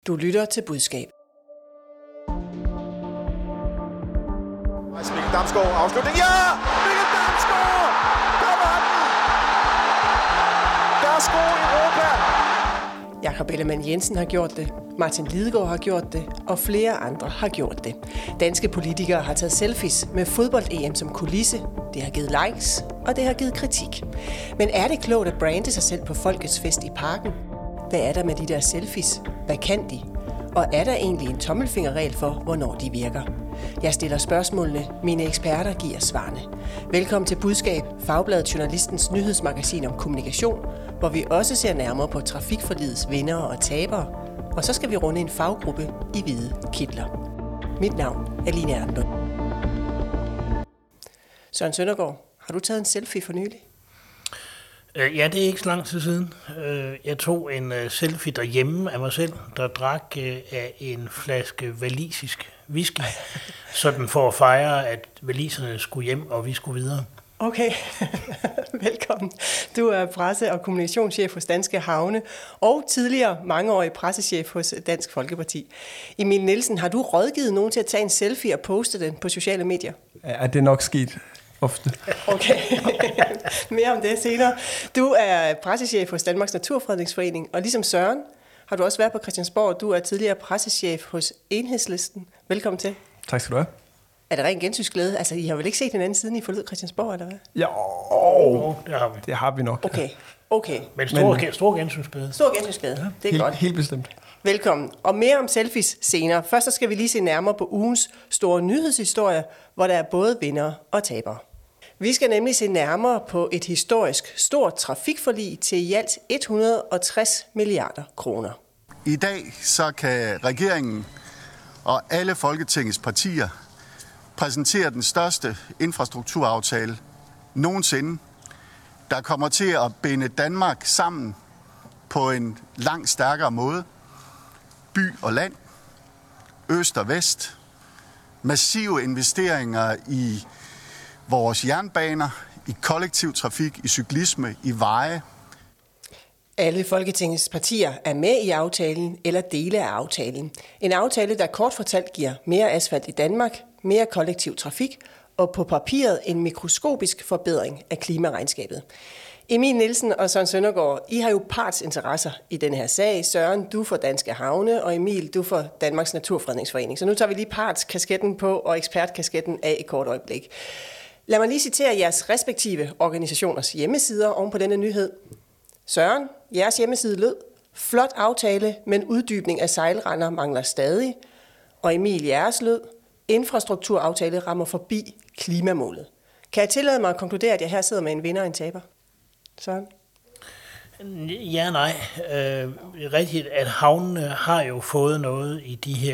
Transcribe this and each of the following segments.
Du lytter til Budskab. Mikkel Damsgaard afslutning. Ja! Mikkel Damsgaard! Der var den! Værsgo Europa! Jakob Ellemann-Jensen har gjort det, Martin Lidegaard har gjort det, og flere andre har gjort det. Danske politikere har taget selfies med fodbold-EM som kulisse. Det har givet likes, og det har givet kritik. Men er det klogt at brande sig selv på Folkets Fest i Parken? Hvad er der med de der selfies? Hvad kan de? Og er der egentlig en tommelfingerregel for, hvornår de virker? Jeg stiller spørgsmålene, mine eksperter giver svarene. Velkommen til Budskab, Fagbladet Journalistens nyhedsmagasin om kommunikation, hvor vi også ser nærmere på trafikforligets vindere og tabere, og så skal vi runde en faggruppe i hvide kitler. Mit navn er Line Erndlund. Søren Søndergaard, har du taget en selfie for nylig? Ja, det er ikke så lang tid siden. Jeg tog en selfie derhjemme af mig selv, der drak af en flaske walisisk whisky, sådan for at fejre, at waliserne skulle hjem, og vi skulle videre. Okay, velkommen. Du er presse- og kommunikationschef hos Danske Havne, og tidligere mangeårig pressechef hos Dansk Folkeparti. Emil Nielsen, har du rådgivet nogen til at tage en selfie og poste den på sociale medier? Ja, det er nok sket ofte. Okay, mere om det senere. Du er pressechef hos Danmarks Naturfredningsforening, og ligesom Søren har du også været på Christiansborg. Du er tidligere pressechef hos Enhedslisten. Velkommen til. Tak skal du have. Er det ren gensynsglæde? Altså, I har vel ikke set hinanden siden I forlod Christiansborg, eller hvad? Ja, det har vi. Det har vi nok. Okay. Men stor gensynsglæde. Stor gensynsglæde, ja, det er godt. Helt bestemt. Velkommen. Og mere om selfies senere. Først så skal vi lige se nærmere på ugens store nyhedshistorie, hvor der er både vindere og tabere. Vi skal nemlig se nærmere på et historisk stort trafikforlig til i alt 160 milliarder kroner. I dag så kan regeringen og alle Folketingets partier præsentere den største infrastrukturaftale nogensinde, der kommer til at binde Danmark sammen på en langt stærkere måde. By og land, øst og vest, massive investeringer i vores jernbaner, i kollektiv trafik, i cyklisme, i veje. Alle Folketingets partier er med i aftalen eller dele af aftalen. En aftale, der kort fortalt giver mere asfalt i Danmark, mere kollektiv trafik og på papiret en mikroskopisk forbedring af klimaregnskabet. Emil Nielsen og Søren Søndergaard, I har jo partsinteresser i den her sag. Søren, du for Danske Havne, og Emil, du for Danmarks Naturfredningsforening. Så nu tager vi lige partskasketten på og ekspertkasketten af et kort øjeblik. Lad mig lige citere jeres respektive organisationers hjemmesider oven på denne nyhed. Søren, jeres hjemmeside lød: flot aftale, men uddybning af sejlrender mangler stadig. Og Emil, jeres lød: infrastrukturaftale rammer forbi klimamålet. Kan jeg tillade mig at konkludere, at jeg her sidder med en vinder og en taber? Søren? Ja, nej. Rigtigt, at havnene har jo fået noget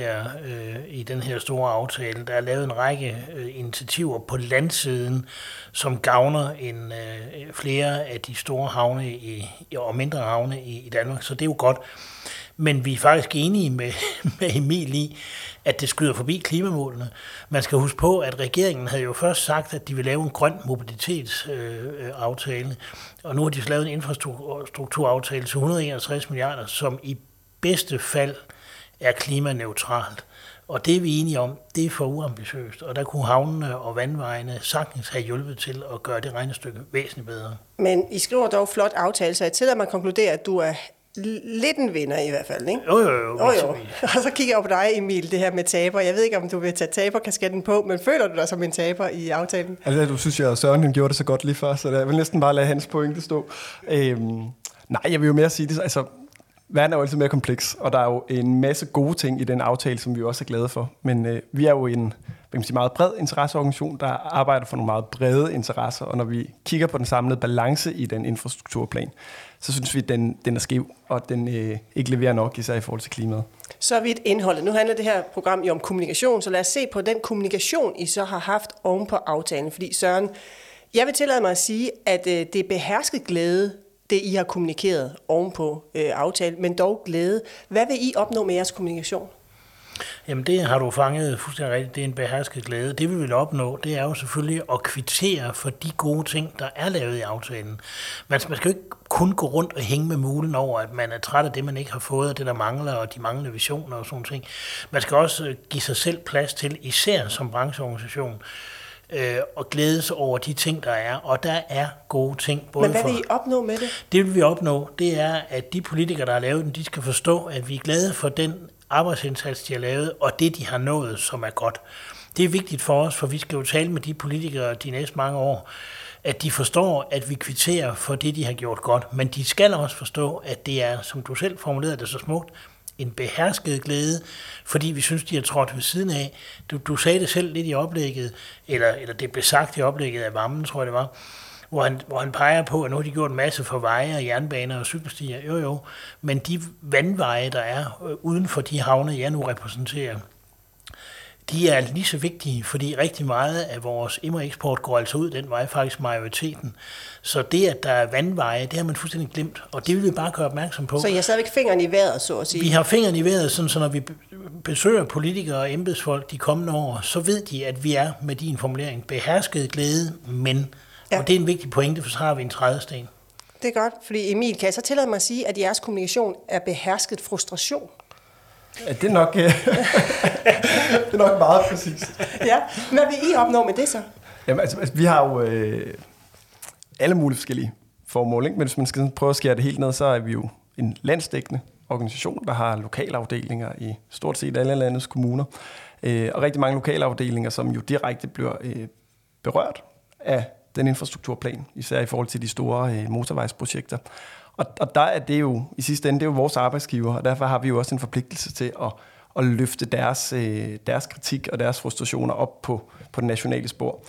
i den her store aftale. Der er lavet en række initiativer på landsiden, som gavner flere af de store havne og mindre havne i Danmark, så det er jo godt. Men vi er faktisk enige med Emil i, at det skyder forbi klimamålene. Man skal huske på, at regeringen havde jo først sagt, at de ville lave en grøn mobilitetsaftale, og nu har de lavet en infrastrukturaftale til 161 milliarder, som i bedste fald er klimaneutralt. Og det er vi enige om, det er for uambitiøst, og der kunne havnene og vandvejene sagtens have hjulpet til at gøre det regnestykke væsentligt bedre. Men I skriver dog flot aftale, så jeg tillader mig at konkludere, at du er lidt en vinder i hvert fald, ikke? Jo. Og så kigger jeg på dig, Emil, det her med taber. Jeg ved ikke, om du vil tage taberkasketten på, men føler du dig som en taber i aftalen? Altså, du synes, at Søren han gjorde det så godt lige før, så jeg vil næsten bare lade hans pointe stå. Nej, jeg vil jo mere sige det. Altså, verden er jo altid mere kompleks, og der er jo en masse gode ting i den aftale, som vi også er glade for. Men vi er jo en meget bred interesseorganisation, der arbejder for nogle meget brede interesser, og når vi kigger på den samlede balance i den infrastrukturplan, så synes vi, at den er skæv, og den ikke leverer nok, især i forhold til klimaet. Så er vi et indhold. Nu handler det her program jo om kommunikation, så lad os se på den kommunikation, I så har haft oven på aftalen. Fordi Søren, jeg vil tillade mig at sige, at det er behersket glæde, det I har kommunikeret oven på aftalen, men dog glæde. Hvad vil I opnå med jeres kommunikation? Jamen det har du fanget fuldstændig rigtigt. Det er en behersket glæde. Det vi vil opnå, det er jo selvfølgelig at kvittere for de gode ting, der er lavet i aftalen. Man skal jo ikke kun gå rundt og hænge med mulen over, at man er træt af det, man ikke har fået, og det, der mangler, og de manglende visioner og sådan ting. Man skal også give sig selv plads til, især som brancheorganisation, og glæde sig over de ting, der er. Og der er gode ting. Men hvad vil I opnå med det? Det vil vi opnå, det er, at de politikere, der har lavet den, de skal forstå, at vi er glade for den arbejdsindsats, de har lavet, og det, de har nået, som er godt. Det er vigtigt for os, for vi skal jo tale med de politikere de næste mange år, at de forstår, at vi kvitterer for det, de har gjort godt. Men de skal også forstå, at det er, som du selv formulerede det så smukt, en behersket glæde, fordi vi synes, de har trådt ved siden af. Du sagde det selv lidt i oplægget, eller det blev sagt i oplægget af Vammen, tror jeg det var, hvor han peger på, at nu har de gjort en masse for veje og jernbaner og cykelstier. Jo, men de vandveje, der er uden for de havne, jeg nu repræsenterer, de er lige så vigtige, fordi rigtig meget af vores eksport går altså ud den vej, faktisk majoriteten. Så det, at der er vandveje, det har man fuldstændig glemt, og det vil vi bare gøre opmærksom på. Så I har stadigvæk fingeren i vejret, så at sige? Vi har fingeren i vejret, sådan, så når vi besøger politikere og embedsfolk de kommende år, så ved de, at vi er med din formulering behersket glæde, men, og det er en vigtig pointe, for så har vi en trædesten. Det er godt, fordi Emil, kan jeg så tillade mig at sige, at jeres kommunikation er behersket frustration? Ja, det er nok, det er nok meget præcist. Ja, hvad vil I opnå med det så? Jamen, altså vi har jo alle mulige forskellige formål, ikke? Men hvis man skal prøve at skære det helt ned, så er vi jo en landsdækkende organisation, der har lokalafdelinger i stort set alle landets kommuner. Og rigtig mange lokalafdelinger, som jo direkte bliver berørt af den infrastrukturplan, især i forhold til de store motorvejsprojekter. Og der er det jo, i sidste ende, det er jo vores arbejdsgiver, og derfor har vi jo også en forpligtelse til at løfte deres kritik og deres frustrationer op på det nationale spor.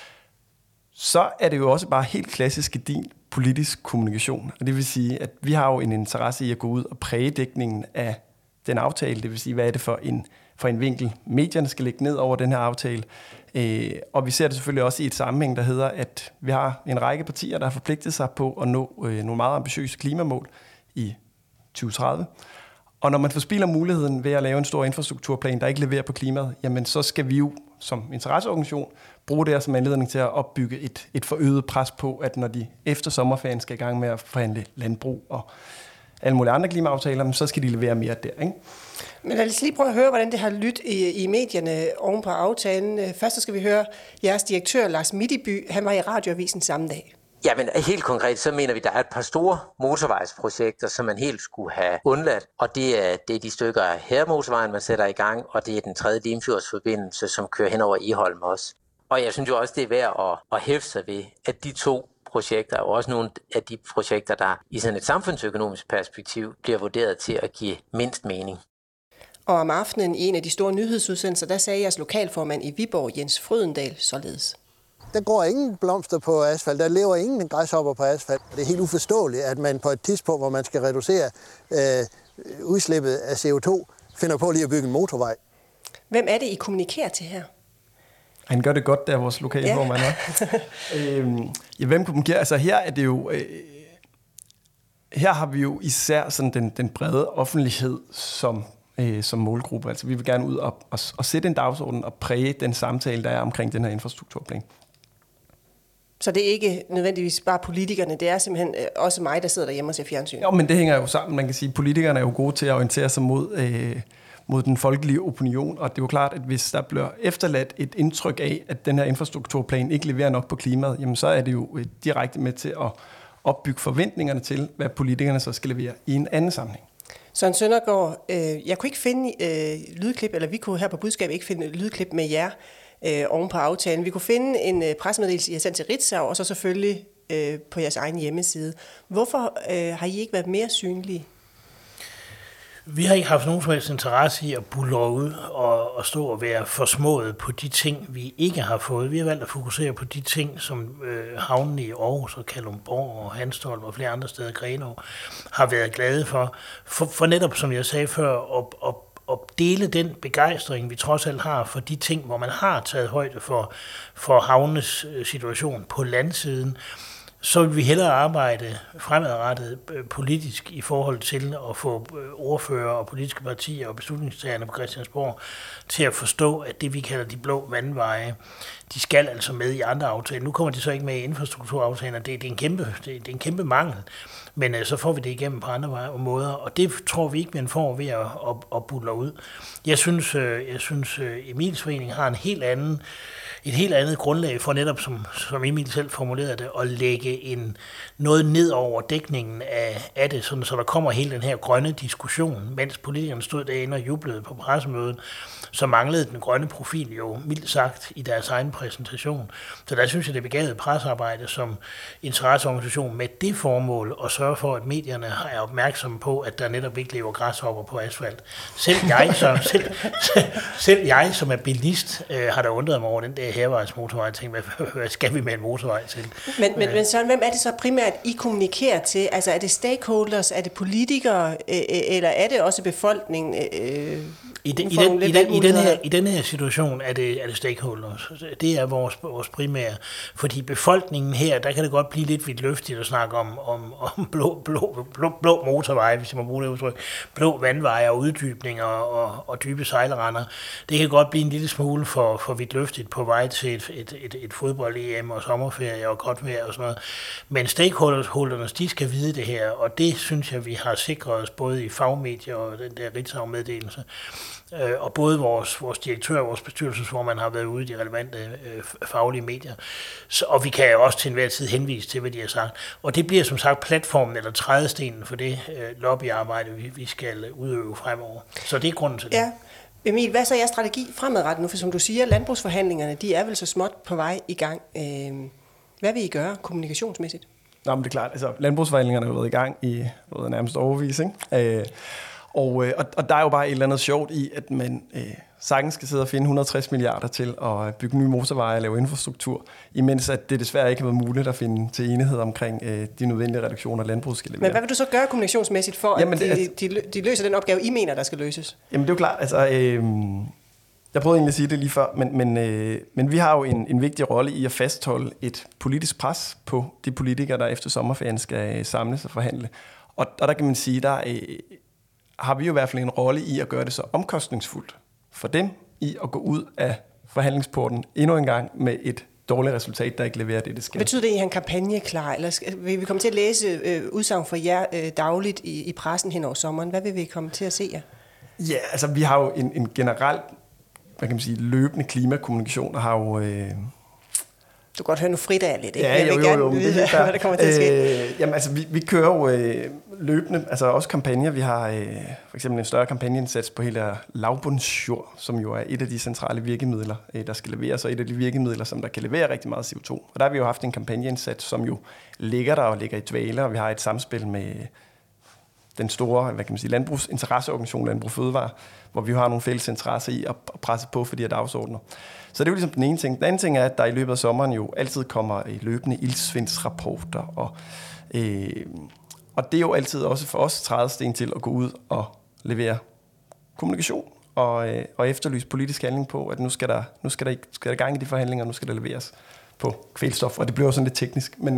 Så er det jo også bare helt klassisk din politisk kommunikation. Og det vil sige, at vi har jo en interesse i at gå ud og præge dækningen af den aftale. Det vil sige, hvad er det for en vinkel, medierne skal lægge ned over den her aftale. Og vi ser det selvfølgelig også i et sammenhæng, der hedder, at vi har en række partier, der har forpligtet sig på at nå nogle meget ambitiøse klimamål i 2030. Og når man forspilder muligheden ved at lave en stor infrastrukturplan, der ikke leverer på klimaet, jamen så skal vi jo som interesseorganisation bruge det her som anledning til at opbygge et forøget pres på, at når de efter sommerferien skal i gang med at forhandle landbrug og alle mulige andre klimaaftaler, så skal de levere mere der, ikke? Men lad os lige prøve at høre, hvordan det har lyttet i medierne oven på aftalen. Først skal vi høre jeres direktør, Lars Midtby. Han var i Radioavisen samme dag. Ja, men helt konkret, så mener vi, at der er et par store motorvejsprojekter, som man helt skulle have undladt. Og det er de stykker af Hærmotorvejen, man sætter i gang, og det er den 3. Limfjordsforbindelse, som kører hen over Egholm også. Og jeg synes jo også, det er værd at hæfte sig ved, at de to projekter er også nogle af de projekter, der i sådan et samfundsøkonomisk perspektiv bliver vurderet til at give mindst mening. Og om aftenen i en af de store nyhedsudsendelser, der sagde jeres lokalformand i Viborg, Jens Frydendal, således. Der går ingen blomster på asfalt, der lever ingen græshopper på asfalt. Det er helt uforståeligt, at man på et tidspunkt, hvor man skal reducere udslippet af CO2, finder på lige at bygge en motorvej. Hvem er det, I kommunikerer til her? Han gør det godt, der vores lokalformand er. Hvem kommunikerer? Altså her er det jo... her har vi jo især sådan den brede offentlighed som målgruppe. Altså vi vil gerne ud og sætte en dagsorden og præge den samtale, der er omkring den her infrastrukturplan. Så det er ikke nødvendigvis bare politikerne, det er simpelthen også mig, der sidder derhjemme og ser fjernsyn? Jo, men det hænger jo sammen. Man kan sige, at politikerne er jo gode til at orientere sig mod den folkelige opinion, og det er jo klart, at hvis der bliver efterladt et indtryk af, at den her infrastrukturplan ikke leverer nok på klimaet, jamen så er det jo direkte med til at opbygge forventningerne til, hvad politikerne så skal levere i en anden sammenhæng. Søren Søndergaard, jeg kunne ikke finde lydklip, eller vi kunne her på Budskab ikke finde lydklip med jer oven på aftalen. Vi kunne finde en pressemeddelelse, I har sendt til Ritzau, og så selvfølgelig på jeres egen hjemmeside. Hvorfor har I ikke været mere synlige? Vi har ikke haft nogen som helst interesse i at buldre ud og stå og være forsmået på de ting, vi ikke har fået. Vi har valgt at fokusere på de ting, som havnene i Aarhus og Kalundborg og Hanstholm og flere andre steder, Grenaa, har været glade for netop, som jeg sagde før, at dele den begejstring, vi trods alt har for de ting, hvor man har taget højde for havnenes situation på landsiden. Så vil vi hellere arbejde fremadrettet politisk i forhold til at få ordfører og politiske partier og beslutningstagerne på Christiansborg til at forstå, at det vi kalder de blå vandveje, de skal altså med i andre aftaler. Nu kommer de så ikke med i infrastrukturaftalen, og det er en kæmpe mangel. Men så får vi det igennem på andre måder, og det tror vi ikke, man får ved at buldre ud. Jeg synes Emils forening har et helt andet grundlag for netop, som Emil selv formulerede det, at lægge noget ned over dækningen af det, sådan, så der kommer hele den her grønne diskussion, mens politikerne stod derinde og jublede på pressemødet, så manglede den grønne profil jo mildt sagt i deres egen præsentation. Så der synes jeg, det er begavet pressearbejde som interesseorganisation med det formål at sørge for, at medierne er opmærksomme på, at der netop ikke lever græshopper på asfalt. Selv jeg som er bilist, har da undret mig over den der hærvejsmotorvej, og tænkt, hvad skal vi med en motorvej til? Men Søren, hvem er det så primært, I kommunikerer til? Altså er det stakeholders, er det politikere, eller er det også befolkningen? I den her situation er det stakeholders. Det er vores primære. Fordi befolkningen her, der kan det godt blive lidt vidtløftigt at snakke om blå motorveje, hvis man må bruge det udtryk. Blå vandveje og uddybninger og dybe sejlrender. Det kan godt blive en lille smule for vidtløftigt på vej til et fodbold-EM og sommerferie og godt vejr og sådan noget. Men stakeholderne, de skal vide det her, og det synes jeg, vi har sikret os både i fagmedier og den der Ritzau-meddelelse. Og både vores direktør og vores bestyrelsesformand har været ude i de relevante faglige medier. Og vi kan også til enhver tid henvise til, hvad de har sagt. Og det bliver som sagt platformen eller trædestenen for det lobbyarbejde, vi skal udøve fremover. Så det er grunden til det. Ja. Emil, hvad er så jeres strategi fremadrettet nu? For som du siger, landbrugsforhandlingerne, de er vel så småt på vej i gang. Hvad vil I gøre kommunikationsmæssigt? Nå, men det er klart, altså landbrugsforhandlingerne har været i gang i nærmest overvis, ikke? Og der er jo bare et eller andet sjovt i, at man sagtens skal sidde og finde 160 milliarder til at bygge nye motorveje og lave infrastruktur, imens at det desværre ikke har været muligt at finde til enighed omkring de nødvendige reduktioner, landbruget skal levere. Men hvad vil du så gøre kommunikationsmæssigt for, at de løser den opgave, I mener, der skal løses? Jamen det er jo klart, altså jeg prøvede egentlig at sige det lige før, men vi har jo en vigtig rolle i at fastholde et politisk pres på de politikere, der efter sommerferien skal samles og forhandle. Og der kan man sige, der har vi jo i hvert fald en rolle i at gøre det så omkostningsfuldt for dem i at gå ud af forhandlingsporten endnu en gang med et dårligt resultat, der ikke leverer det skal. Betyder det, at I har en kampagne klar, eller vil vi komme til at læse udsagn fra jer dagligt i pressen hen over sommeren? Hvad vil vi komme til at se jer? Ja, altså vi har jo en generelt, hvad kan man sige, løbende klimakommunikation, og har jo... Du kan godt høre, nu fritter jeg lidt, ikke? Ja, jeg vil gerne vide, hvad der kommer til at ske. Jamen altså, vi kører jo løbende, altså også kampagner. Vi har for eksempel en større kampagneindsats på hele lavbundsjord, som jo er et af de centrale virkemidler, der skal leveres, og et af de virkemidler, som der kan levere rigtig meget CO2. Og der har vi jo haft en kampagneindsats, som jo ligger der og ligger i dvale, og vi har et samspil med den store, hvad kan man sige, landbrugsinteresseorganisation Landbrug Fødevare, hvor vi har nogle fælles interesser i at presse på for de her dagsordner. Så det er jo ligesom den ene ting. Den anden ting er, at der i løbet af sommeren jo altid kommer løbende ildsvindsrapporter, og det er jo altid også for os trædesten til at gå ud og levere kommunikation og efterlyse politisk handling på, at nu skal der gang i de forhandlinger, nu skal der leveres på kvælstof, og det bliver jo sådan lidt teknisk. Men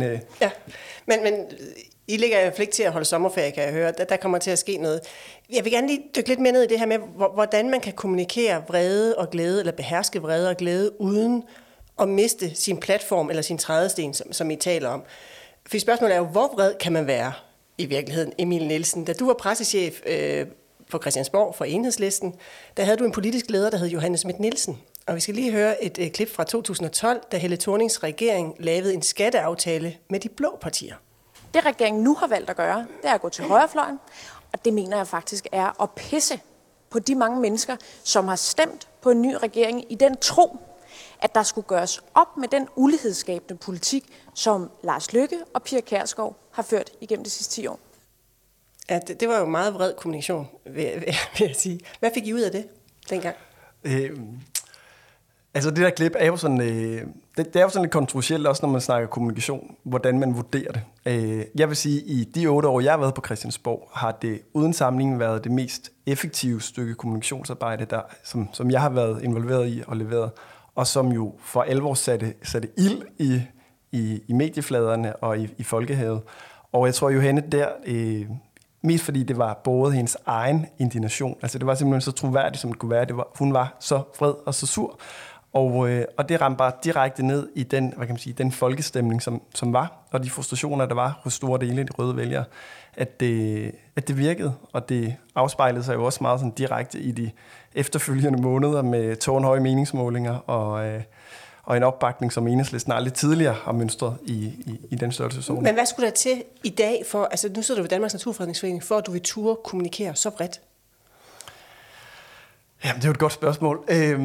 I ligger i hvert fald ikke til at holde sommerferie, kan jeg høre. Der kommer til at ske noget. Jeg vil gerne lige dykke lidt mere ned i det her med, hvordan man kan kommunikere vrede og glæde, eller beherske vrede og glæde, uden at miste sin platform eller sin trædesten, som I taler om. For spørgsmålet er jo, hvor vred kan man være i virkeligheden, Emil Nielsen? Da du var pressechef på Christiansborg for Enhedslisten, der havde du en politisk leder, der hed Johannes Schmidt Nielsen. Og vi skal lige høre et klip fra 2012, da Helle Thornings regering lavede en skatteaftale med de blå partier. Det regeringen nu har valgt at gøre, det er at gå til højrefløjen, og det mener jeg faktisk er at pisse på de mange mennesker, som har stemt på en ny regering i den tro, at der skulle gøres op med den ulighedsskabende politik, som Lars Løkke og Pia Kjærsgaard har ført igennem de sidste 10 år. Ja, det var jo meget vred kommunikation, vil jeg sige. Hvad fik I ud af det dengang? Altså det der klip er jo sådan, det er jo sådan lidt kontroversielt også, når man snakker kommunikation, hvordan man vurderer det. Jeg vil sige, i de 8 år, jeg har været på Christiansborg, har det uden sammenligning været det mest effektive stykke kommunikationsarbejde, som jeg har været involveret i og leveret, og som jo for alvor satte ild i mediefladerne og i folkehavet. Og jeg tror, Johanne der, mest fordi det var både hendes egen indignation, altså det var simpelthen så troværdigt, som det kunne være. Hun var så vred og så sur. Og det ramte bare direkte ned i den, hvad kan man sige, den folkestemning, som var, og de frustrationer, der var hos store dele af de røde vælgere, at det virkede, og det afspejlede sig jo også meget sådan direkte i de efterfølgende måneder med tårnhøje meningsmålinger og en opbakning, som Enhedslisten aldrig tidligere har mønstret i den størrelseszone. Men hvad skulle der til i dag for, altså nu sidder du ved Danmarks Naturfredningsforening, for at du vil turde kommunikere så bredt? Jamen, det er jo et godt spørgsmål.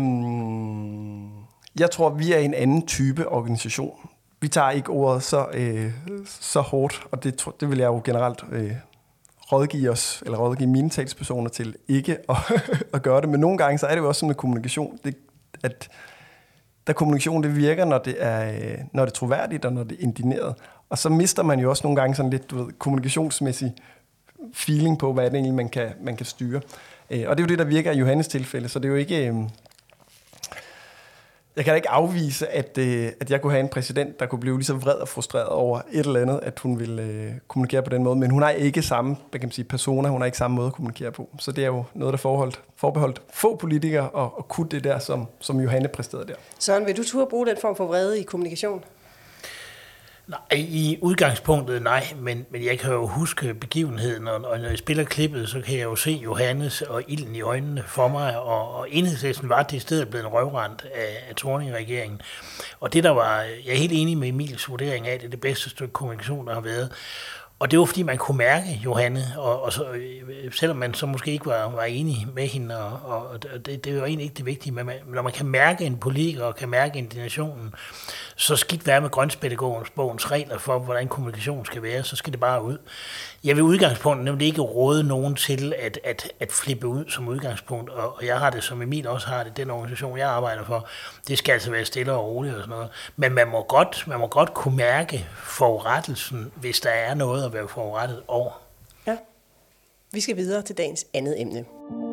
Jeg tror, vi er en anden type organisation. Vi tager ikke ordet så hårdt, og det vil jeg jo generelt rådgive mine talspersoner til ikke at gøre det. Men nogle gange, så er det jo også sådan med kommunikation, at kommunikation det virker, når det er troværdigt og når det er indineret. Og så mister man jo også nogle gange sådan lidt kommunikationsmæssig feeling på, hvad det egentlig man kan styre. Og det er jo det, der virker i Johannes tilfælde, så det er jo ikke... Jeg kan da ikke afvise, at jeg kunne have en præsident, der kunne blive lige så vred og frustreret over et eller andet, at hun ville kommunikere på den måde. Men hun har ikke samme, hvad kan man sige, persona, hun har ikke samme måde at kommunikere på. Så det er jo noget, der forbeholdt få politikere og kunne det der, som Johanne præsterede der. Søren, vil du turde bruge den form for vrede i kommunikation? Nej, i udgangspunktet nej, men jeg kan jo huske begivenheden, og når jeg spiller klippet, så kan jeg jo se Johannes og ilden i øjnene for mig, og Enhedslisten var det sted blevet røvrendt af Thorning-regeringen. Og det der var, jeg er helt enig med Emils vurdering af, det bedste stykke kommunikation, der har været. Og det var, fordi man kunne mærke Johanne, og så, selvom man så måske ikke var enig med hende, og det er jo egentlig ikke det vigtige, men når man kan mærke en politiker og kan mærke indignationen, så skidt være med grønspædagogens regler for, hvordan kommunikation skal være, så skal det bare ud. Jeg vil udgangspunktet nemlig ikke råde nogen til at flippe ud som udgangspunkt, og jeg har det, som Emil også har det, den organisation, jeg arbejder for, det skal altså være stille og roligt og sådan noget. Men man må godt kunne mærke forurettelsen, hvis der er noget at være forurettet over. Ja. Vi skal videre til dagens andet emne.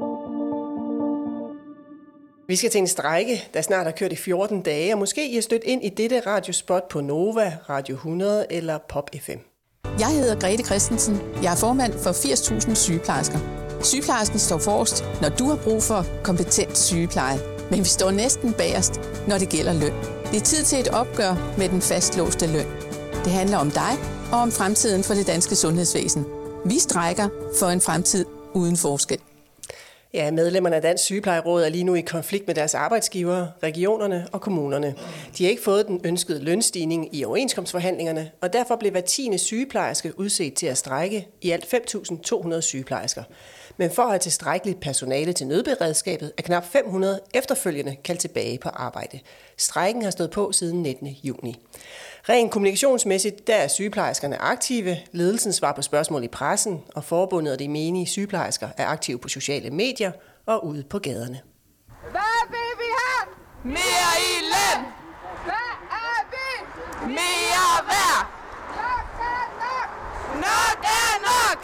Vi skal til en strejke, der snart har kørt i 14 dage, og måske I har stødt ind i dette radiospot på Nova, Radio 100 eller Pop FM. Jeg hedder Grete Christensen. Jeg er formand for 80.000 sygeplejersker. Sygeplejersken står forrest, når du har brug for kompetent sygepleje. Men vi står næsten bagerst, når det gælder løn. Det er tid til et opgør med den fastlåste løn. Det handler om dig og om fremtiden for det danske sundhedsvæsen. Vi strejker for en fremtid uden forskel. Ja, medlemmerne af Dansk Sygeplejeråd er lige nu i konflikt med deres arbejdsgivere, regionerne og kommunerne. De har ikke fået den ønskede lønstigning i overenskomstforhandlingerne, og derfor blev hver 10. sygeplejerske udset til at strejke, i alt 5.200 sygeplejersker. Men for at have tilstrækkeligt personale til nødberedskabet er knap 500 efterfølgende kaldt tilbage på arbejde. Strejken har stået på siden 19. juni. Rent kommunikationsmæssigt, der er sygeplejerskerne aktive, ledelsen svarer på spørgsmål i pressen, og forbundet og de menige sygeplejersker er aktive på sociale medier og ude på gaderne. Hvad vil vi have? Mere i løn! Hvad er vi? Mere værd! Nok er nok! Nok er nok!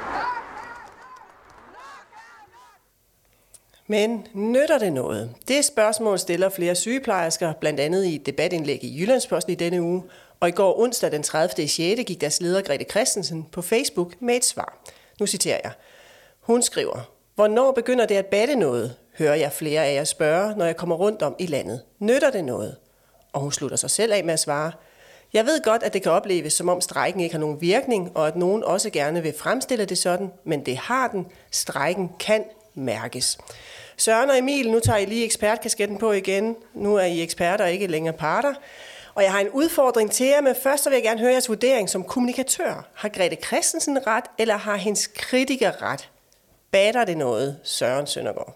Men nytter det noget? Det spørgsmål stiller flere sygeplejersker, blandt andet i et debatindlæg i Jyllandsposten i denne uge, og i går onsdag den 30. 6. gik deres leder Grete Christensen på Facebook med et svar. Nu citerer jeg. Hun skriver, hvornår begynder det at batte noget? Hører jeg flere af jer spørge, når jeg kommer rundt om i landet. Nytter det noget? Og hun slutter sig selv af med at svare, jeg ved godt, at det kan opleves, som om strejken ikke har nogen virkning, og at nogen også gerne vil fremstille det sådan, men det har den. Strejken kan mærkes. Søren og Emil, nu tager I lige ekspertkasketten på igen. Nu er I eksperter og ikke længere parter. Og jeg har en udfordring til jer, men først så vil jeg gerne høre jeres vurdering som kommunikatør. Har Grete Christensen ret, eller har hendes kritiker ret? Batter det noget, Søren Søndergaard?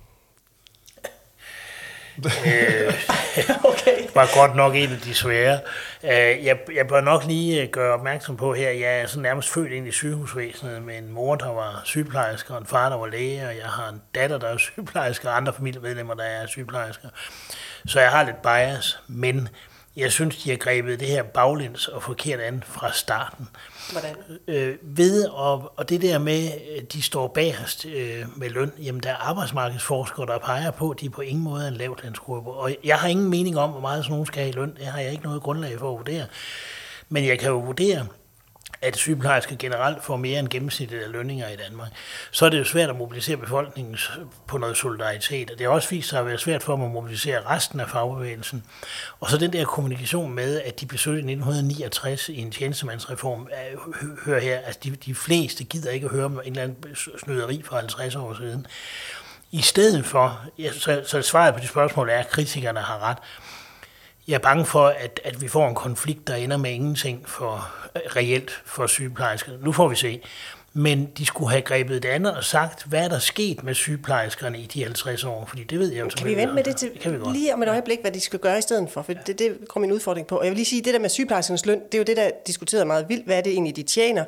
Okay. Det var godt nok en af de svære. Jeg bør nok lige gøre opmærksom på her, jeg er sådan nærmest født ind i sygehusvæsenet med en mor, der var sygeplejersker, og en far, der var læge, og jeg har en datter, der er sygeplejersker, og andre familiemedlemmer, der er sygeplejersker. Så jeg har lidt bias, men jeg synes, de har grebet det her baglæns og forkert an fra starten. Hvordan? Og det der med, at de står bagerst med løn, jamen der er arbejdsmarkedsforskere, der peger på, at de på ingen måde er en lavtlandsgruppe. Og jeg har ingen mening om, hvor meget sådan nogen skal have i løn. Det har jeg ikke noget grundlag for at vurdere. Men jeg kan jo vurdere, at sygeplejersker generelt får mere end gennemsnittet af lønninger i Danmark, så er det jo svært at mobilisere befolkningen på noget solidaritet. Og det har også vist sig at være svært for dem at mobilisere resten af fagbevægelsen. Og så den der kommunikation med, at de blev søgt i 1969 i en tjenestemandsreform, hører her, altså de fleste gider ikke at høre om en eller anden snyderi for 50 år siden. I stedet for, så svaret på de spørgsmål er, at kritikerne har ret. Jeg er bange for, at vi får en konflikt, der ender med ingenting reelt for sygeplejerskerne. Nu får vi se. Men de skulle have grebet det andet og sagt, hvad er der sket med sygeplejerskerne i de 50 år? Fordi det ved jeg jo. Kan vi vente med det til lige om et øjeblik, hvad de skal gøre i stedet for? For det kommer min udfordring på. Og jeg vil lige sige, det der med sygeplejerskernes løn, det er jo det, der diskuteret meget vildt. Hvad er det egentlig, de tjener?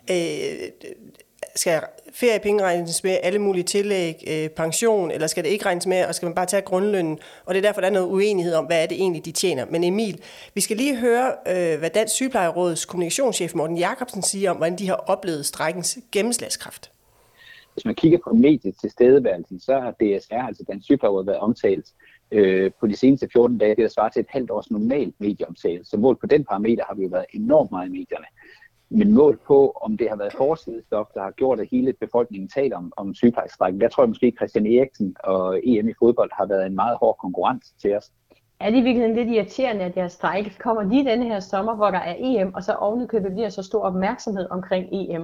Skal feriepenge regnes med, alle mulige tillæg, pension, eller skal det ikke regnes med, og skal man bare tage grundlønnen? Og det er derfor, der er noget uenighed om, hvad er det egentlig, de tjener. Men Emil, vi skal lige høre, hvad Dansk Sygeplejeråds kommunikationschef Morten Jacobsen siger om, hvordan de har oplevet strejkens gennemslagskraft. Hvis man kigger på mediet til stedeværelsen, så har DSR, altså Dansk Sygeplejeråd, været omtalt på de seneste 14 dage. Det der svarer til et halvt års normalt medieomtale. Så mål på den parameter har vi jo været enormt meget i medierne. Men mål på, om det har været forsidestof, der har gjort, at hele befolkningen taler om sygeplejerskestrækken, der tror jeg måske, Christian Eriksen og EM i fodbold har været en meget hård konkurrence til os. Er det i virkeligheden lidt irriterende, at deres strejke kommer lige denne her sommer, hvor der er EM, og så ovenikøbet bliver så stor opmærksomhed omkring EM?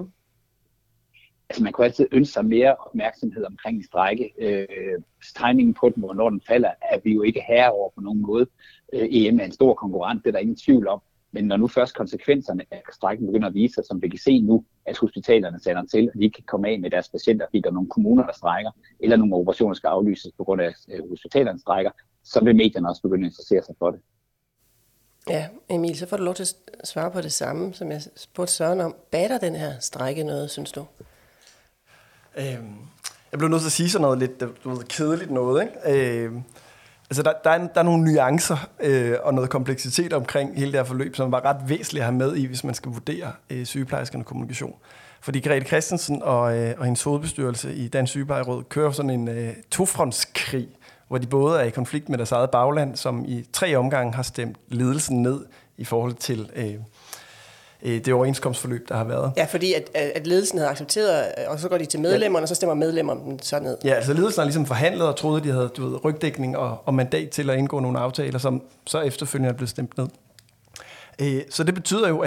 Altså man kunne altid ønske sig mere opmærksomhed omkring en strejke. Timingen på den, hvornår den falder, er vi jo ikke herre over på nogen måde. EM er en stor konkurrent, det er der ingen tvivl om. Men når nu først konsekvenserne af strejken begynder at vise sig, som vi kan se nu, at hospitalerne sender til, at de ikke kan komme af med deres patienter, fordi der er nogle kommuner, der strejker, eller nogle operationer skal aflyses på grund af hospitalerne strejker, så vil medierne også begynde at interessere sig for det. Ja, Emil, så får du lov til at svare på det samme, som jeg spurgte Søren om. Batter den her strejke noget, synes du? Jeg blev nødt til at sige sådan noget lidt kedeligt noget, ikke? Altså der er nogle nuancer og noget kompleksitet omkring hele det her forløb, som var ret væsentligt at have med i, hvis man skal vurdere sygeplejerskernes kommunikation. Fordi Grete Christensen og hendes hovedbestyrelse i Dansk Sygeplejeråd kører sådan en tofrontskrig, hvor de både er i konflikt med deres eget bagland, som i 3 omgange har stemt ledelsen ned i forhold til det overenskomstforløb, der har været. Ja, fordi at ledelsen havde accepteret, og så går de til medlemmerne, og så stemmer medlemmerne så ned. Ja, altså ledelsen har ligesom forhandlet og troede, at de havde rygdækning og mandat til at indgå nogle aftaler, som så efterfølgende er blevet stemt ned. Så det betyder jo,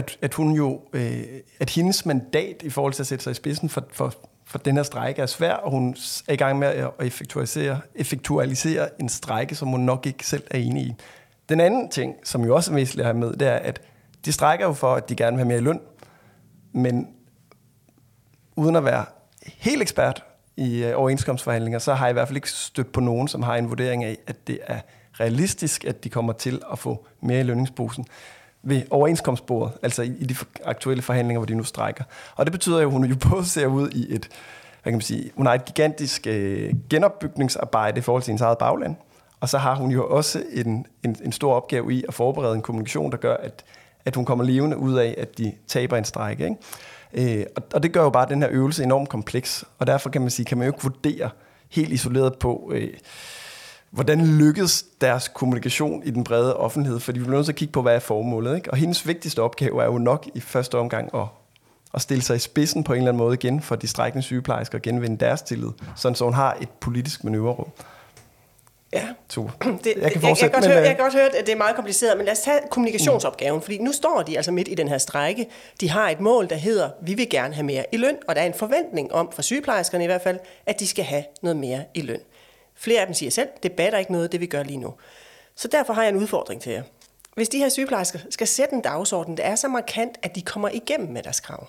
at hendes mandat i forhold til at sætte sig i spidsen for den her strejke er svær, og hun er i gang med at effektualisere en strejke, som hun nok ikke selv er enig i. Den anden ting, som jo også er væsentligt at have med, det er, at de strejker jo for, at de gerne vil have mere i løn, men uden at være helt ekspert i overenskomstforhandlinger, så har jeg i hvert fald ikke stødt på nogen, som har en vurdering af, at det er realistisk, at de kommer til at få mere i lønningsposen ved overenskomstbordet, altså i de aktuelle forhandlinger, hvor de nu strejker. Og det betyder jo, at hun jo både ser ud i et, hun har et gigantisk genopbygningsarbejde i forhold til hendes eget bagland, og så har hun jo også en stor opgave i at forberede en kommunikation, der gør, at hun kommer levende ud af, at de taber en strejke, ikke? Og det gør jo bare den her øvelse enormt kompleks, og derfor kan man jo ikke vurdere helt isoleret på, hvordan lykkedes deres kommunikation i den brede offentlighed, fordi vi bliver nødt til at kigge på, hvad er formålet, ikke? Og hendes vigtigste opgave er jo nok i første omgang at stille sig i spidsen på en eller anden måde igen for de strejkende sygeplejersker og genvinde deres tillid, sådan så hun har et politisk manøvrerum. Ja, jeg kan godt høre, at det er meget kompliceret, men lad os tage kommunikationsopgaven, fordi nu står de altså midt i den her strejke. De har et mål, der hedder, vi vil gerne have mere i løn, og der er en forventning om, for sygeplejerskerne i hvert fald, at de skal have noget mere i løn. Flere af dem siger selv, det batter ikke noget, det vi gør lige nu. Så derfor har jeg en udfordring til jer. Hvis de her sygeplejersker skal sætte en dagsorden, der er så markant, at de kommer igennem med deres krav,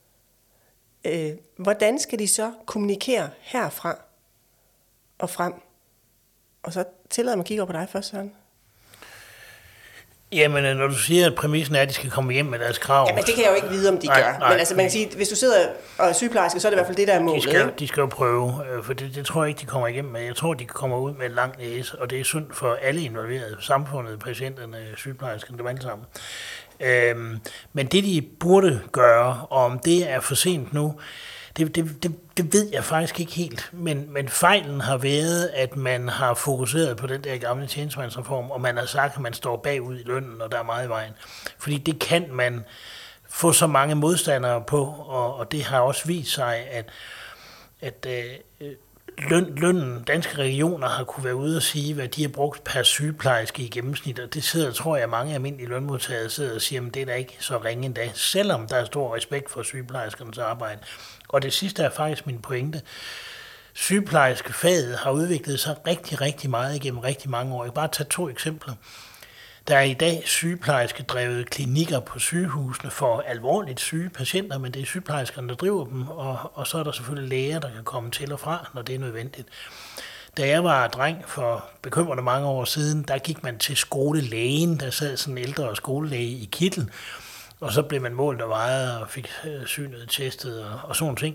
hvordan skal de så kommunikere herfra og frem? Og så tillader man at kigge over på dig først, Søren. Jamen, når du siger, at præmissen er, at de skal komme hjem med deres krav... Jamen, det kan jeg jo ikke vide, om de gør. Men altså, man kan sige, hvis du sidder og er sygeplejerske, så er det i hvert fald det, der er målet. De skal jo prøve, for det tror jeg ikke, de kommer igennem med. Jeg tror, de kommer ud med en lang næse, og det er synd for alle involverede. Samfundet, patienterne, sygeplejerskerne, dem alle sammen. Men det, de burde gøre, og om det er for sent nu, det ved jeg faktisk ikke helt, men fejlen har været, at man har fokuseret på den der gamle tjenestemandsreform, og man har sagt, at man står bagud i lønnen, og der er meget i vejen. Fordi det kan man få så mange modstandere på, og det har også vist sig, at lønnen, danske regioner har kunne være ude og sige, hvad de har brugt per sygeplejerske i gennemsnit, og det sidder, tror jeg, mange almindelige lønmodtagere sidder og siger, at det er da ikke så ringe endda, selvom der er stor respekt for sygeplejerskernes arbejde. Og det sidste er faktisk min pointe. Sygeplejerskefaget har udviklet sig rigtig, rigtig meget igennem rigtig mange år. Jeg kan bare tage 2 eksempler. Der er i dag sygeplejerskedrevede klinikker på sygehusene for alvorligt syge patienter, men det er sygeplejerskerne, der driver dem, og så er der selvfølgelig læger, der kan komme til og fra, når det er nødvendigt. Da jeg var dreng for bekymrende mange år siden, der gik man til skolelægen, der sad sådan en ældre skolelæge i kittel, og så blev man målt og vejet og fik synet testet og sådan ting.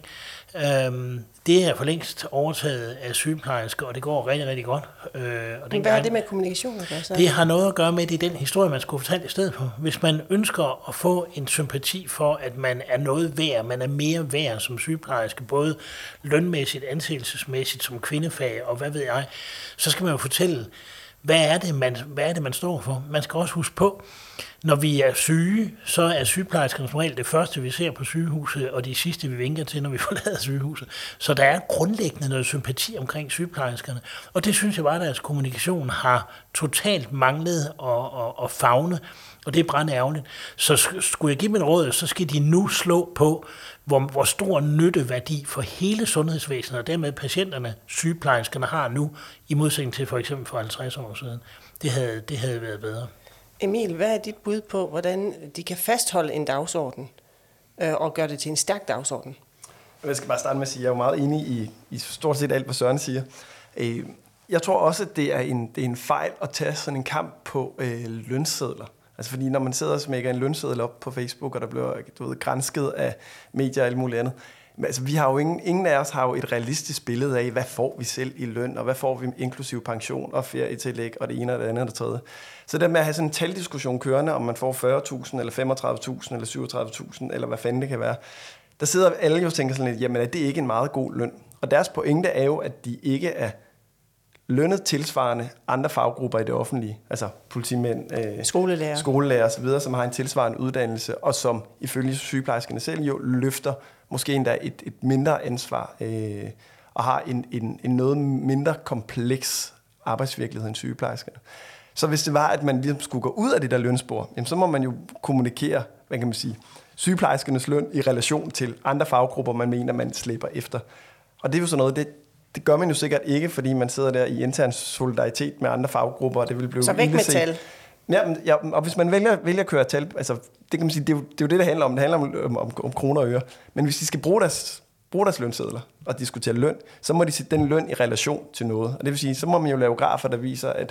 Det er for længst overtaget af sygeplejersker, og det går rigtig, rigtig godt. Men hvad har det med kommunikation at gøre så? Det har noget at gøre med, det er den historie, man skulle fortælle i stedet for. Hvis man ønsker at få en sympati for, at man er noget værd, man er mere værd som sygeplejerske, både lønmæssigt, ansættelsesmæssigt, som kvindefag og hvad ved jeg, så skal man jo fortælle, hvad er det, man står for. Man skal også huske på, når vi er syge, så er sygeplejerskerne som regel det første, vi ser på sygehuset, og de sidste, vi vinker til, når vi forlader sygehuset. Så der er grundlæggende noget sympati omkring sygeplejerskerne. Og det synes jeg bare, at deres kommunikation har totalt manglet og favne, og det er brandærgerligt. Så skulle jeg give min råd, så skal de nu slå på, hvor stor nytteværdi for hele sundhedsvæsenet, og dermed patienterne, sygeplejerskerne har nu, i modsætning til for eksempel for 50 år siden. Det havde været bedre. Emil, hvad er dit bud på, hvordan de kan fastholde en dagsorden og gøre det til en stærk dagsorden? Jeg skal bare starte med at sige, at jeg er jo meget enig i stort set alt, hvad Søren siger. Jeg tror også, at det er en fejl at tage sådan en kamp på lønsedler. Altså fordi når man sidder og smækker en lønseddel op på Facebook, og der bliver gransket af medier og alt muligt andet, men altså, vi har jo ingen af os har jo et realistisk billede af, hvad får vi selv i løn, og hvad får vi inklusiv pension og ferietillæg og det ene og det andet og det tredje. Så det med at have sådan en taldiskussion kørende, om man får 40.000 eller 35.000 eller 37.000 eller hvad fanden det kan være, der sidder alle jo og tænker sådan lidt, jamen er det ikke en meget god løn? Og deres pointe er jo, at de ikke er lønnet tilsvarende andre faggrupper i det offentlige, altså politimænd, skolelærer osv., som har en tilsvarende uddannelse, og som ifølge sygeplejerskerne selv jo løfter måske endda et mindre ansvar, og har en noget mindre kompleks arbejdsvirkelighed end sygeplejerskerne. Så hvis det var, at man ligesom skulle gå ud af det der lønspor, jamen, så må man jo kommunikere, hvad kan man sige, sygeplejerskernes løn i relation til andre faggrupper, man mener, man slipper efter. Og det er jo sådan noget, det gør man jo sikkert ikke, fordi man sidder der i intern solidaritet med andre faggrupper, og det vil blive så væk med tal. Ja, og hvis man vælger at køre tal, altså det kan man sige, det er jo det handler om. Det handler om kroner og øre. Men hvis de skal bruge deres lønsedler og diskutere løn, så må de sætte den løn i relation til noget. Og det vil sige, så må man jo lave grafer, der viser, at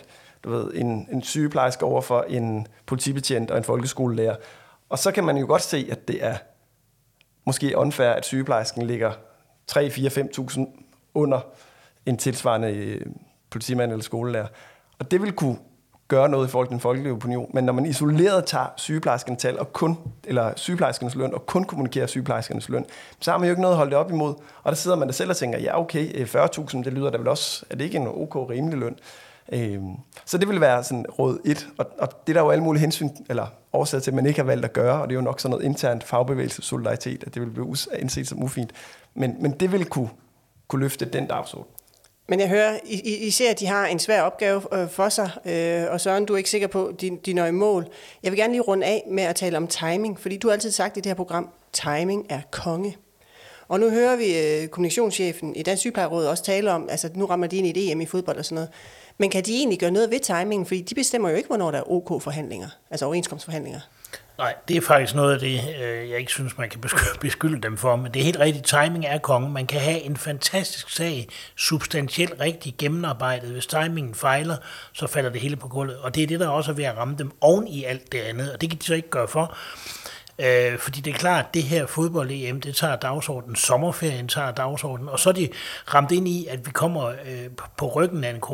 en sygeplejerske over for en politibetjent og en folkeskolelærer. Og så kan man jo godt se, at det er måske unfair, at sygeplejersken ligger 3, 4, 5.000 under en tilsvarende politimand eller skolelærer. Og det vil kunne gøre noget i forhold til den folkelige opinion. Men når man isoleret tager sygeplejerskernes tal eller sygeplejerskernes løn og kun kommunikerer sygeplejerskernes løn, så har man jo ikke noget at holde det op imod. Og der sidder man der selv og tænker, ja okay, 40.000, det lyder da vel også, er det ikke en ok rimelig løn? Så det vil være sådan råd 1. Og det er der jo alle mulige hensyn, eller årsager til, at man ikke har valgt at gøre, og det er jo nok sådan noget internt fagbevægelse, solidaritet, at det vil blive indset som ufint. Men det vil kunne løfte den dagsorden. Men jeg hører, I ser, at de har en svær opgave for sig, og Søren, du er ikke sikker på, at de når i mål. Jeg vil gerne lige runde af med at tale om timing, fordi du har altid sagt i det her program, timing er konge. Og nu hører vi kommunikationschefen i Dansk Sygeplejeråd også tale om, altså nu rammer de ind i et EM i fodbold og sådan noget. Men kan de egentlig gøre noget ved timingen? Fordi de bestemmer jo ikke, hvornår der er OK-forhandlinger, altså overenskomstforhandlinger. Nej, det er faktisk noget af det, jeg ikke synes, man kan beskylde dem for, men det er helt rigtigt, timing er kongen. Man kan have en fantastisk sag, substantielt rigtig gennemarbejdet. Hvis timingen fejler, så falder det hele på gulvet. Og det er det, der også er ved at ramme dem oven i alt det andet, og det kan de så ikke gøre for. Fordi det er klart, at det her fodbold-EM, det tager dagsordenen, sommerferien tager dagsordenen, og så er de ramt ind i, at vi kommer på ryggen af en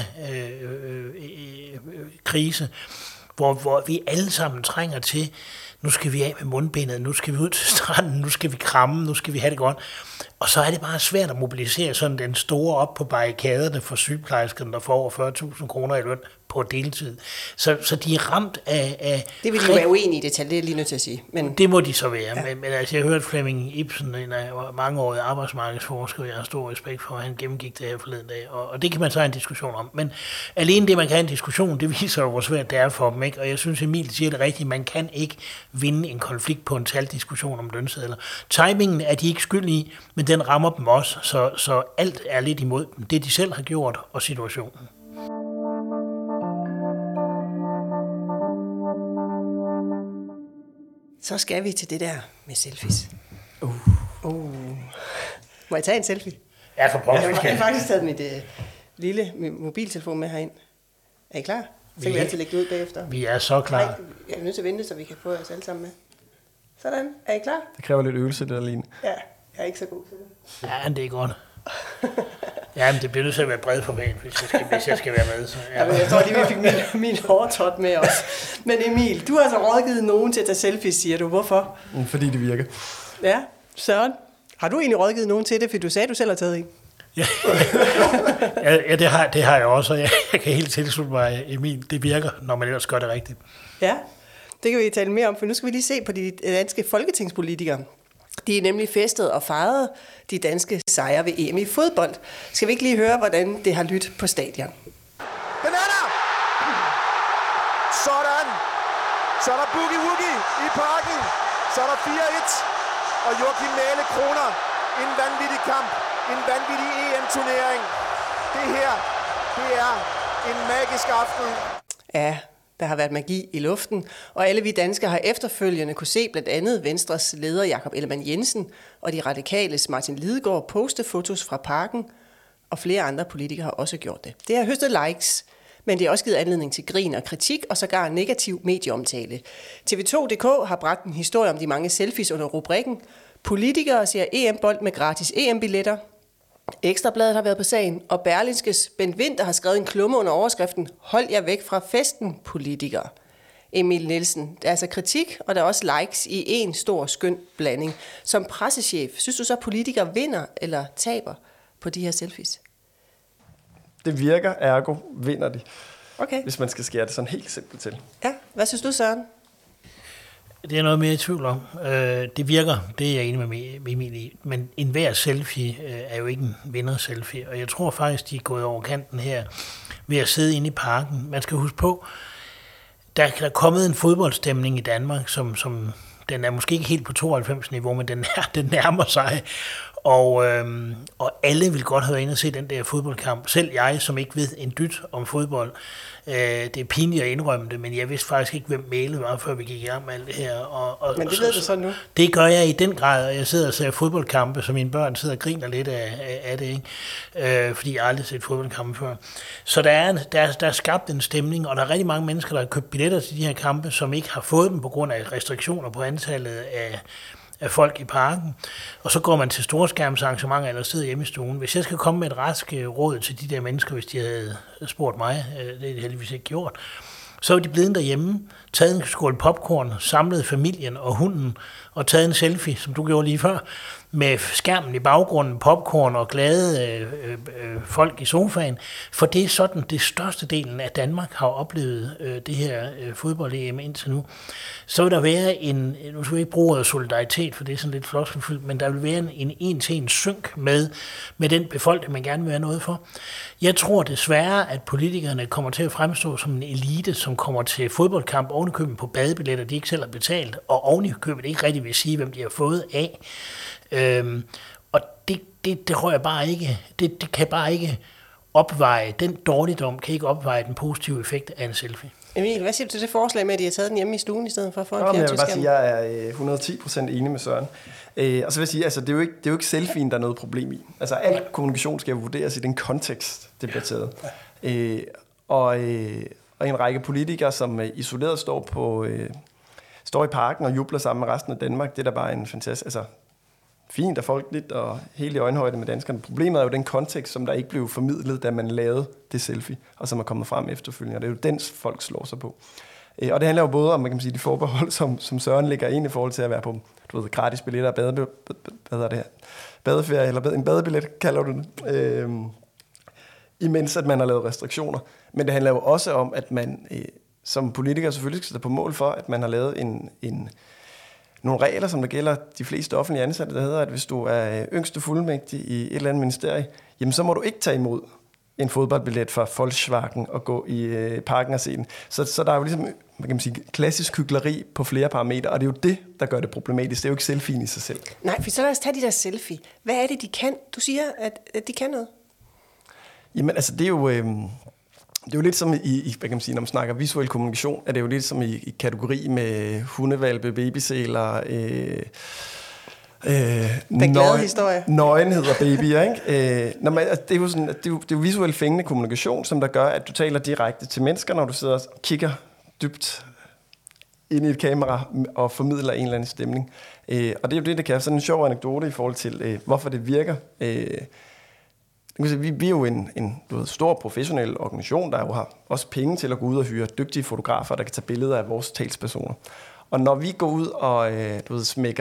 corona-krise, hvor vi alle sammen trænger til, nu skal vi af med mundbindet, nu skal vi ud til stranden, nu skal vi kramme, nu skal vi have det godt. Og så er det bare svært at mobilisere sådan den store op på barrikaderne for sygeplejerskerne, der får over 40.000 kroner i løn på deltid. Så de er ramt af det vil de jo være uenige i detaljer, det er lige nødt til at sige. Men det må de så være. Ja. Men altså, jeg hørte Flemming Ibsen, en af mangeårige arbejdsmarkedsforsker, jeg har stor respekt for, at han gennemgik det her forleden dag. Og det kan man så have en diskussion om. Men alene det, man kan have en diskussion, det viser jo, hvor svært det er for dem. Ikke? Og jeg synes, Emil siger det rigtigt. Man kan ikke vinde en konflikt på en taldiskussion om lønsedler. Timingen er de ikke skyld i, men den rammer dem også. Så alt er lidt imod dem. Det, de selv har gjort, og situationen. Så skal vi til det der med selfies. Må jeg tage en selfie? Ja, for pokker. Jeg har faktisk taget mit lille mobiltelefon med herind. Er I klar? Så kan vi altid lægge det ud bagefter. Vi er så klar. Jeg er nødt til at vente, så vi kan få os alle sammen med. Sådan. Er I klar? Det kræver lidt øvelse, det der lige. Ja, jeg er ikke så god til det. Ja, det er godt. Ja, men det bliver nødt til at være bred format, hvis jeg skal være med. Så, ja. Ja, jeg tror lige, vi fik min hårtot med os. Men Emil, du har så rådgivet nogen til at tage selfies, siger du. Hvorfor? Fordi det virker. Ja, Søren. Har du egentlig rådgivet nogen til det, for du sagde, du selv har taget en? Ja, det har jeg også, og jeg kan helt tilslutte mig, Emil. Det virker, når man ellers gør det rigtigt. Ja, det kan vi tale mere om, for nu skal vi lige se på de danske folketingspolitikere. De er nemlig festet og fejret de danske sejre ved EM i fodbold. Skal vi ikke lige høre, hvordan det har lyttet på stadion? Den er der! Sådan! Så er der boogie-woogie i parken. Så er der 4-1. Og Joachim Mæhle kroner en vanvittig kamp. En vanvittig EM-turnering. Det her, det er en magisk aften. Ja, der har været magi i luften, og alle vi danskere har efterfølgende kunne se blandt andet Venstres leder Jakob Ellemann-Jensen og de radikales Martin Lidegaard poste fotos fra parken, og flere andre politikere har også gjort det. Det har høstet likes, men det har også givet anledning til grin og kritik, og sågar negativ medieomtale. TV2.dk har bragt en historie om de mange selfies under rubrikken "Politikere ser EM-bold med gratis EM-billetter". Ekstrabladet har været på sagen, og Berlingskes Bent Winther har skrevet en klumme under overskriften "Hold jer væk fra festen, politikere". Emil Nielsen, der er altså kritik, og der er også likes i en stor skøn blanding. Som pressechef, synes du så, at politikere vinder eller taber på de her selfies? Det virker, ergo vinder de. Okay. Hvis man skal skære det sådan helt simpelt til. Ja, hvad synes du, Søren? Det er noget mere i tvivl om. Det virker, det er jeg enig med Emil i, men enhver selfie er jo ikke en vinder-selfie, og jeg tror faktisk, de er gået over kanten her ved at sidde inde i parken. Man skal huske på, der er kommet en fodboldstemning i Danmark, som den er måske ikke helt på 92-niveau, men den nærmer sig. Og alle vil godt have været inde og se den der fodboldkamp. Selv jeg, som ikke ved en dyt om fodbold, det er pinligt at indrømme det, men jeg vidste faktisk ikke, hvem Mæhle var, før vi gik i gang med alt det her. Men det ved du så nu? Det gør jeg i den grad, og jeg sidder og ser fodboldkampe, så mine børn sidder og griner lidt af det, ikke? Fordi jeg aldrig har set fodboldkampe før. Så der er skabt en stemning, og der er rigtig mange mennesker, der har købt billetter til de her kampe, som ikke har fået dem på grund af restriktioner på antallet af folk i parken, og så går man til storskærmsarrangementer eller sidder hjemme i stuen. Hvis jeg skal komme med et rask råd til de der mennesker, hvis de havde spurgt mig, det er de heldigvis ikke gjort, så er de blevet derhjemme, taget en skål popcorn, samlet familien og hunden, og taget en selfie, som du gjorde lige før, med skærmen i baggrunden, popcorn og glade folk i sofaen, for det er sådan, det største delen af Danmark har oplevet det her fodbold-EM indtil nu. Så vil der være nu skal vi ikke bruge ordet solidaritet, for det er sådan lidt floskelfyldt, men der vil være en til en synk med den befolkning, man gerne vil være noget for. Jeg tror desværre, at politikerne kommer til at fremstå som en elite, som kommer til fodboldkamp ovenikøbet på badebilletter, de ikke selv har betalt, og ovenikøbet ikke rigtig vil sige, hvem de har fået af. Og det tror jeg bare ikke, det kan bare ikke opveje, den dårligdom kan ikke opveje den positive effekt af en selfie. Emil, hvad siger du til det forslag med, at de har taget den hjemme i stuen, i stedet for at få en fjernsynsskærm? Jeg vil bare sige, jeg er 110% enig med Søren. Og så vil jeg sige, altså, det er jo ikke selfien, der er noget problem i. Altså, al kommunikation skal vurderes i den kontekst, det bliver taget. Og en række politikere, som isoleret står i parken og jubler sammen med resten af Danmark, det er da bare en fantastisk... Altså, fint og folkeligt og helt i øjenhøjde med danskerne. Problemet er jo den kontekst, som der ikke blev formidlet, da man lavede det selfie, og som er kommet frem efterfølgende. Og det er jo den, folk slår sig på. Og det handler jo både om, man kan sige, de forbehold, som Søren lægger ind i forhold til at være på gratis billetter og badeferie, eller en badebillet, kalder du det, imens at man har lavet restriktioner. Men det handler jo også om, at man som politiker selvfølgelig skal stå på mål for, at man har lavet nogle regler, som der gælder de fleste offentlige ansatte, der hedder, at hvis du er yngste fuldmægtig i et eller andet ministerie, jamen så må du ikke tage imod en fodboldbillet fra Volkswagen og gå i parken og se den. Så der er jo ligesom, man kan sige, klassisk hykleri på flere parametre, og det er jo det, der gør det problematisk. Det er jo ikke selfien i sig selv. Nej, for så lad os tage de der selfie. Hvad er det, de kan? Du siger, at de kan noget. Jamen altså, det er jo lidt som i hvad kan man sige, når man snakker visuel kommunikation, er det jo lidt som i kategori med hundevalpe, babysæler, den glade historie. Nøgenhed og babyer, ikke? Det er jo visuelt fængende kommunikation, som der gør, at du taler direkte til mennesker, når du sidder og kigger dybt ind i et kamera og formidler en eller anden stemning. Og det er jo det kan have sådan en sjov anekdote i forhold til, hvorfor det virker. Vi er jo en stor professionel organisation, der jo har også penge til at gå ud og hyre dygtige fotografer, der kan tage billeder af vores talspersoner. Og når vi går ud og smækker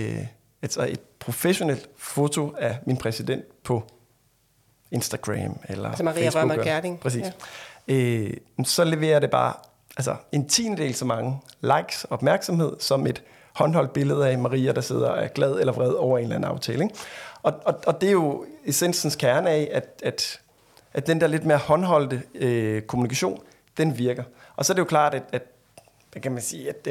et professionelt foto af min præsident på Instagram eller altså Maria Facebook. Rømer Gjerding. Præcis. Ja. Så leverer det bare en tiendedel så mange likes og opmærksomhed som et håndholdt billede af Maria, der sidder og er glad eller vred over en eller anden aftale. Ikke? Og det er jo essensens kerne af, at den der lidt mere håndholdte kommunikation, den virker. Og så er det jo klart, at hvad kan man sige, at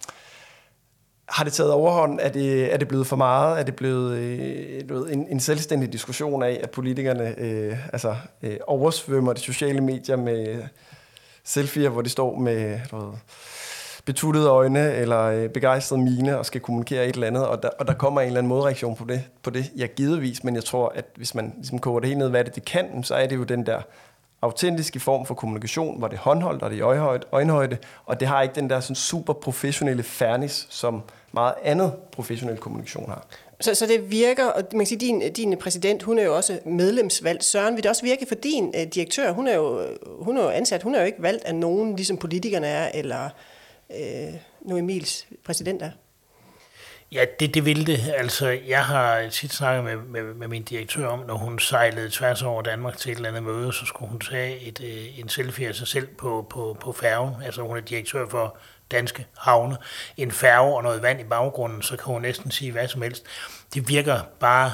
har det taget overhånd? Er det blevet for meget? Er det blevet en selvstændig diskussion af, at politikerne oversvømmer de sociale medier med selfies, hvor de står med betuttede øjne eller begejstret mine og skal kommunikere et eller andet, og der kommer en eller anden modreaktion på det. Ja, givetvis, men jeg tror, at hvis man ligesom koger det helt ned, hvad det kan, så er det jo den der autentiske form for kommunikation, hvor det er håndholdt og det er i øjenhøjde, og det har ikke den der sådan super professionelle fairness, som meget andet professionel kommunikation har. Så det virker, og man kan sige, din præsident, hun er jo også medlemsvalgt. Søren, vil det også virke for din direktør? Hun er jo ansat, hun er jo ikke valgt af nogen, ligesom politikerne er, eller nu Emils præsident er. Ja, det vil det. Altså, jeg har tit snakket med min direktør om, når hun sejlede tværs over Danmark til et eller andet møde, så skulle hun tage en selfie af sig selv på færgen. Altså, hun er direktør for Danske Havne. En færge og noget vand i baggrunden, så kan hun næsten sige hvad som helst. Det virker bare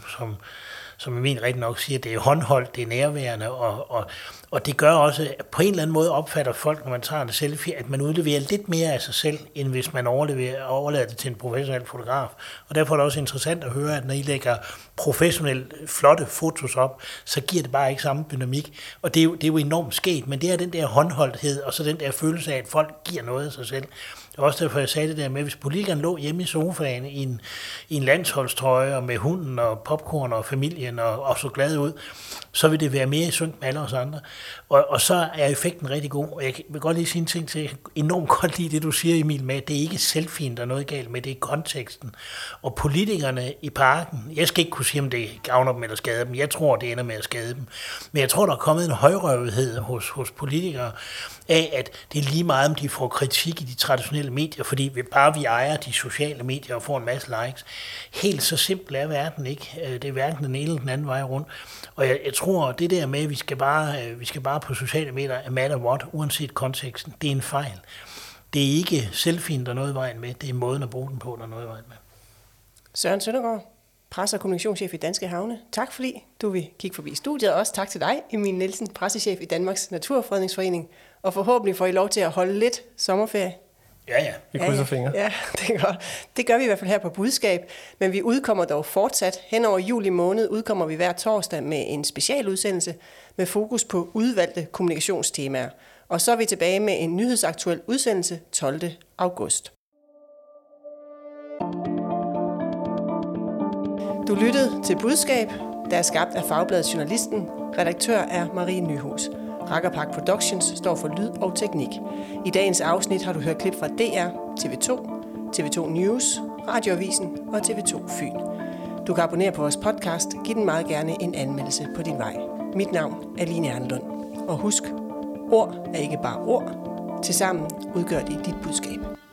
som Emil rigtig nok siger, det er håndholdt, det er nærværende, og det gør også, at på en eller anden måde opfatter folk, når man tager en selfie, at man udleverer lidt mere af sig selv, end hvis man overlader det til en professionel fotograf. Og derfor er det også interessant at høre, at når I lægger professionelt flotte fotos op, så giver det bare ikke samme dynamik. Og det er jo enormt sket, men det er den der håndholdthed, og så den der følelse af, at folk giver noget af sig selv. Det var også derfor, jeg sagde det der med, hvis politikeren lå hjemme i sofaen i en landsholdstrøje og med hunden og popcorn og familien og så glad ud, så vil det være mere i synk med alle os andre. Og så er effekten rigtig god. Og jeg vil godt lige sige en ting til, enormt godt lide det, du siger, Emil, med, at det er ikke selfien, der er noget galt med, det er konteksten. Og politikerne i parken, jeg skal ikke kunne sige, om det gavner dem eller skader dem. Jeg tror, det ender med at skade dem. Men jeg tror, der er kommet en højrøvethed hos politikere af, at det er lige meget, om de får kritik i de traditionelle medier, fordi bare vi ejer de sociale medier og får en masse likes. Helt så simpel er verden ikke. Det er hverken den ene eller den anden vej rundt. Og jeg tror, det der med, at vi skal bare på sociale medier, a matter what, uanset konteksten, det er en fejl. Det er ikke selfien, der er noget i vejen med, det er måden at bruge den på, der er noget i vejen med. Søren Søndergaard, presse- og kommunikationschef i Danske Havne. Tak fordi du vil kigge forbi studiet, og også tak til dig, Emil Nielsen, pressechef i Danmarks Naturfredningsforening, og forhåbentlig får I lov til at holde lidt sommerferie. Ja. Vi krydser fingre. Ja, det er godt. Det gør vi i hvert fald her på Budskab, men vi udkommer dog fortsat. Hen over juli måned udkommer vi hver torsdag med en specialudsendelse med fokus på udvalgte kommunikationstemaer. Og så er vi tilbage med en nyhedsaktuel udsendelse 12. august. Du lyttede til Budskab, der er skabt af Fagbladet Journalisten. Redaktør er Marie Nyhus. Rakkerpark Productions står for lyd og teknik. I dagens afsnit har du hørt klip fra DR, TV2, TV2 News, Radioavisen og TV2 Fyn. Du kan abonnere på vores podcast. Giv den meget gerne en anmeldelse på din vej. Mit navn er Line Arnlund. Og husk, ord er ikke bare ord. Tilsammen udgør de dit budskab.